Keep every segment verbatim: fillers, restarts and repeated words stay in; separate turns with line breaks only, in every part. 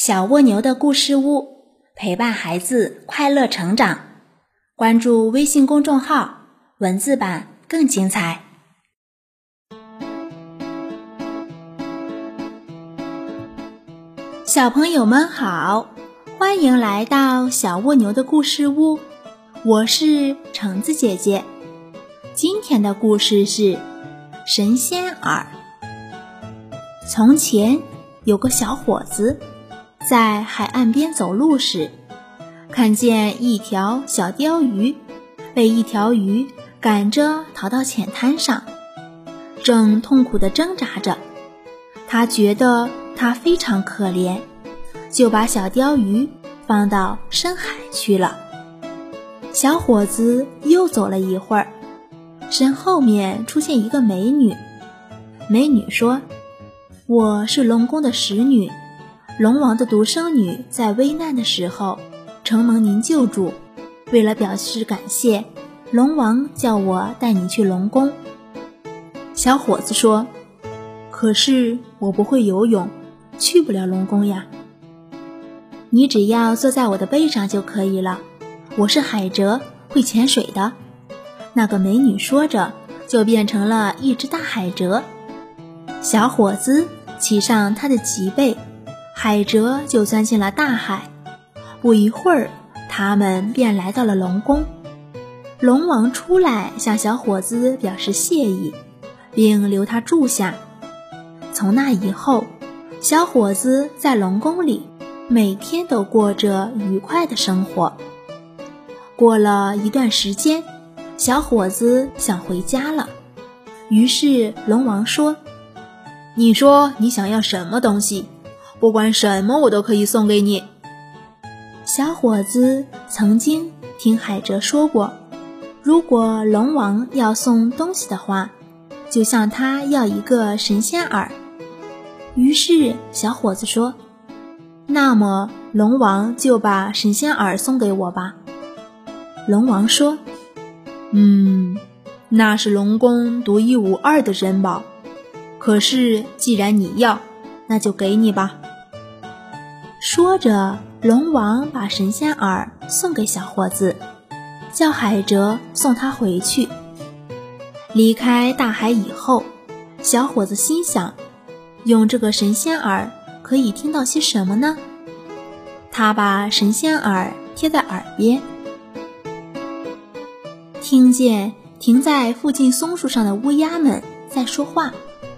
小蜗牛的故事屋，陪伴孩子快乐成长。关注微信公众号，文字版更精彩。小朋友们好，欢迎来到小蜗牛的故事屋，我是橙子姐姐。今天的故事是神仙耳。从前有个小伙子在海岸边走路时，看见一条小鲷鱼被一条鱼赶着逃到浅滩上，正痛苦地挣扎着。他觉得它非常可怜，就把小鲷鱼放到深海去了。小伙子又走了一会儿，身后面出现一个美女。美女说：“我是龙宫的使女，龙王的独生女在危难的时候承蒙您救助，为了表示感谢，龙王叫我带你去龙宫。”小伙子说：“可是我不会游泳，去不了龙宫呀。”“你只要坐在我的背上就可以了，我是海蜇，会潜水的。”那个美女说着就变成了一只大海蜇。小伙子骑上它的脊背，海蜇就钻进了大海。不一会儿，他们便来到了龙宫。龙王出来向小伙子表示谢意，并留他住下。从那以后，小伙子在龙宫里每天都过着愉快的生活。过了一段时间，小伙子想回家了。于是龙王说：“你说你想要什么东西？不管什么我都可以送给你。”小伙子曾经听海蜇说过，如果龙王要送东西的话，就向他要一个神仙耳。于是小伙子说：“那么龙王就把神仙耳送给我吧。”龙王说：“嗯，那是龙宫独一无二的珍宝，可是既然你要，那就给你吧。”说着，龙王把神仙耳送给小伙子，叫海蜇送他回去。离开大海以后，小伙子心想，用这个神仙耳可以听到些什么呢？他把神仙耳贴在耳边，听见停在附近松树上的乌鸦们在说话。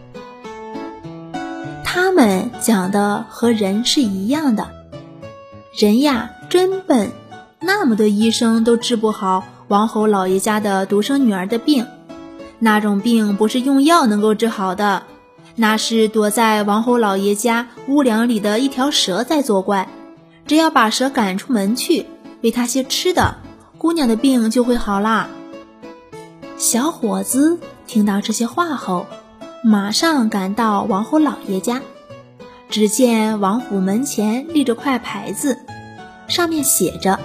他们讲的和人是一样的。人呀，真笨，那么多医生都治不好王侯老爷家的独生女儿的病。那种病不是用药能够治好的，那是躲在王侯老爷家屋梁里的一条蛇在作怪。只要把蛇赶出门去，喂它些吃的，姑娘的病就会好啦。小伙子听到这些话后，马上赶到王侯老爷家。只见王府门前立着块牌子，上面写着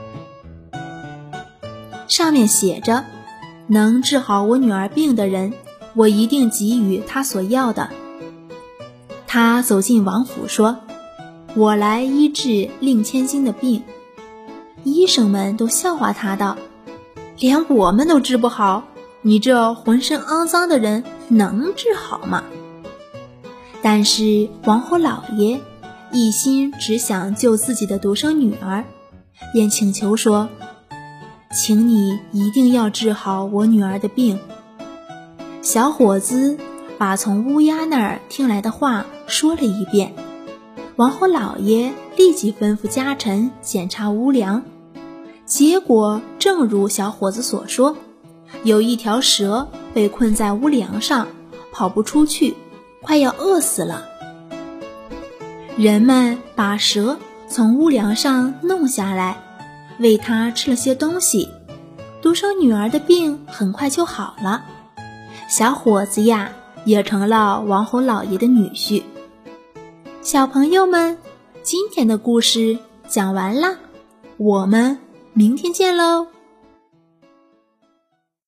上面写着能治好我女儿病的人，我一定给予他所要的。他走进王府说：“我来医治令千金的病。”医生们都笑话他道：“连我们都治不好，你这浑身肮脏的人能治好吗？”但是王侯老爷一心只想救自己的独生女儿，便请求说：“请你一定要治好我女儿的病。”小伙子把从乌鸦那儿听来的话说了一遍。王侯老爷立即吩咐家臣检查屋梁，结果正如小伙子所说，有一条蛇被困在屋梁上，跑不出去，快要饿死了。人们把蛇从屋梁上弄下来，喂它吃了些东西，独生女儿的病很快就好了。小伙子呀，也成了王侯老爷的女婿。小朋友们，今天的故事讲完啦，我们明天见喽。